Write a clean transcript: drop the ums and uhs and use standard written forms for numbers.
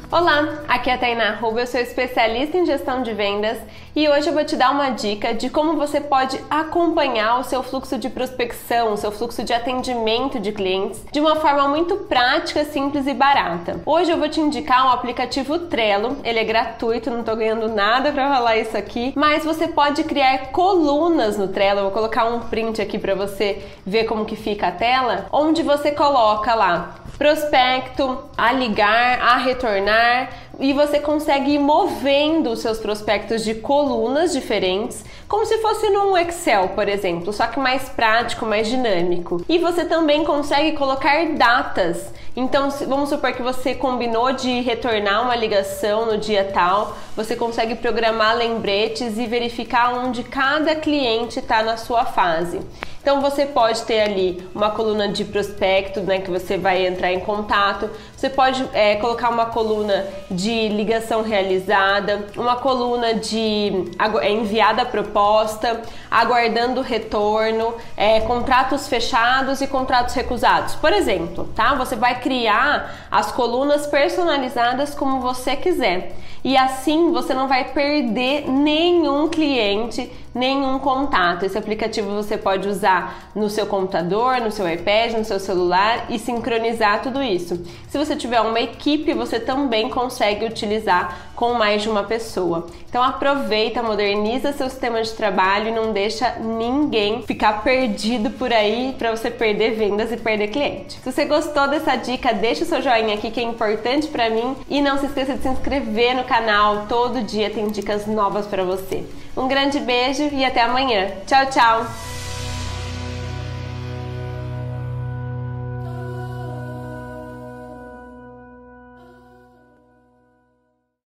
Olá, aqui é a Tainá Ruba, eu sou especialista em gestão de vendas e hoje eu vou te dar uma dica de como você pode acompanhar o seu fluxo de prospecção, o seu fluxo de atendimento de clientes de uma forma muito prática, simples e barata. Hoje eu vou te indicar um aplicativo Trello, ele é gratuito, não tô ganhando nada para falar isso aqui, mas você pode criar colunas no Trello, eu vou colocar um print aqui para você ver como que fica a tela, onde você coloca lá prospecto, a ligar, a retornar, e você consegue ir movendo os seus prospectos de colunas diferentes, como se fosse num Excel, por exemplo, só que mais prático, mais dinâmico. E você também consegue colocar datas. Então, vamos supor que você combinou de retornar uma ligação no dia tal, você consegue programar lembretes e verificar onde cada cliente está na sua fase. Então você pode ter ali uma coluna de prospecto, né, que você vai entrar em contato. Você pode colocar uma coluna de ligação realizada, uma coluna de enviada a proposta, aguardando retorno, contratos fechados e contratos recusados. Por exemplo, tá? Você vai criar as colunas personalizadas como você quiser. E assim você não vai perder nenhum cliente, nenhum contato. Esse aplicativo você pode usar no seu computador, no seu iPad, no seu celular e sincronizar tudo isso. Se você tiver uma equipe, você também consegue utilizar com mais de uma pessoa. Então aproveita, moderniza seu sistema de trabalho e não deixa ninguém ficar perdido por aí para você perder vendas e perder cliente. Se você gostou dessa dica, deixa o seu joinha aqui que é importante para mim e não se esqueça de se inscrever no canal, todo dia tem dicas novas para você. Um grande beijo e até amanhã. Tchau, tchau!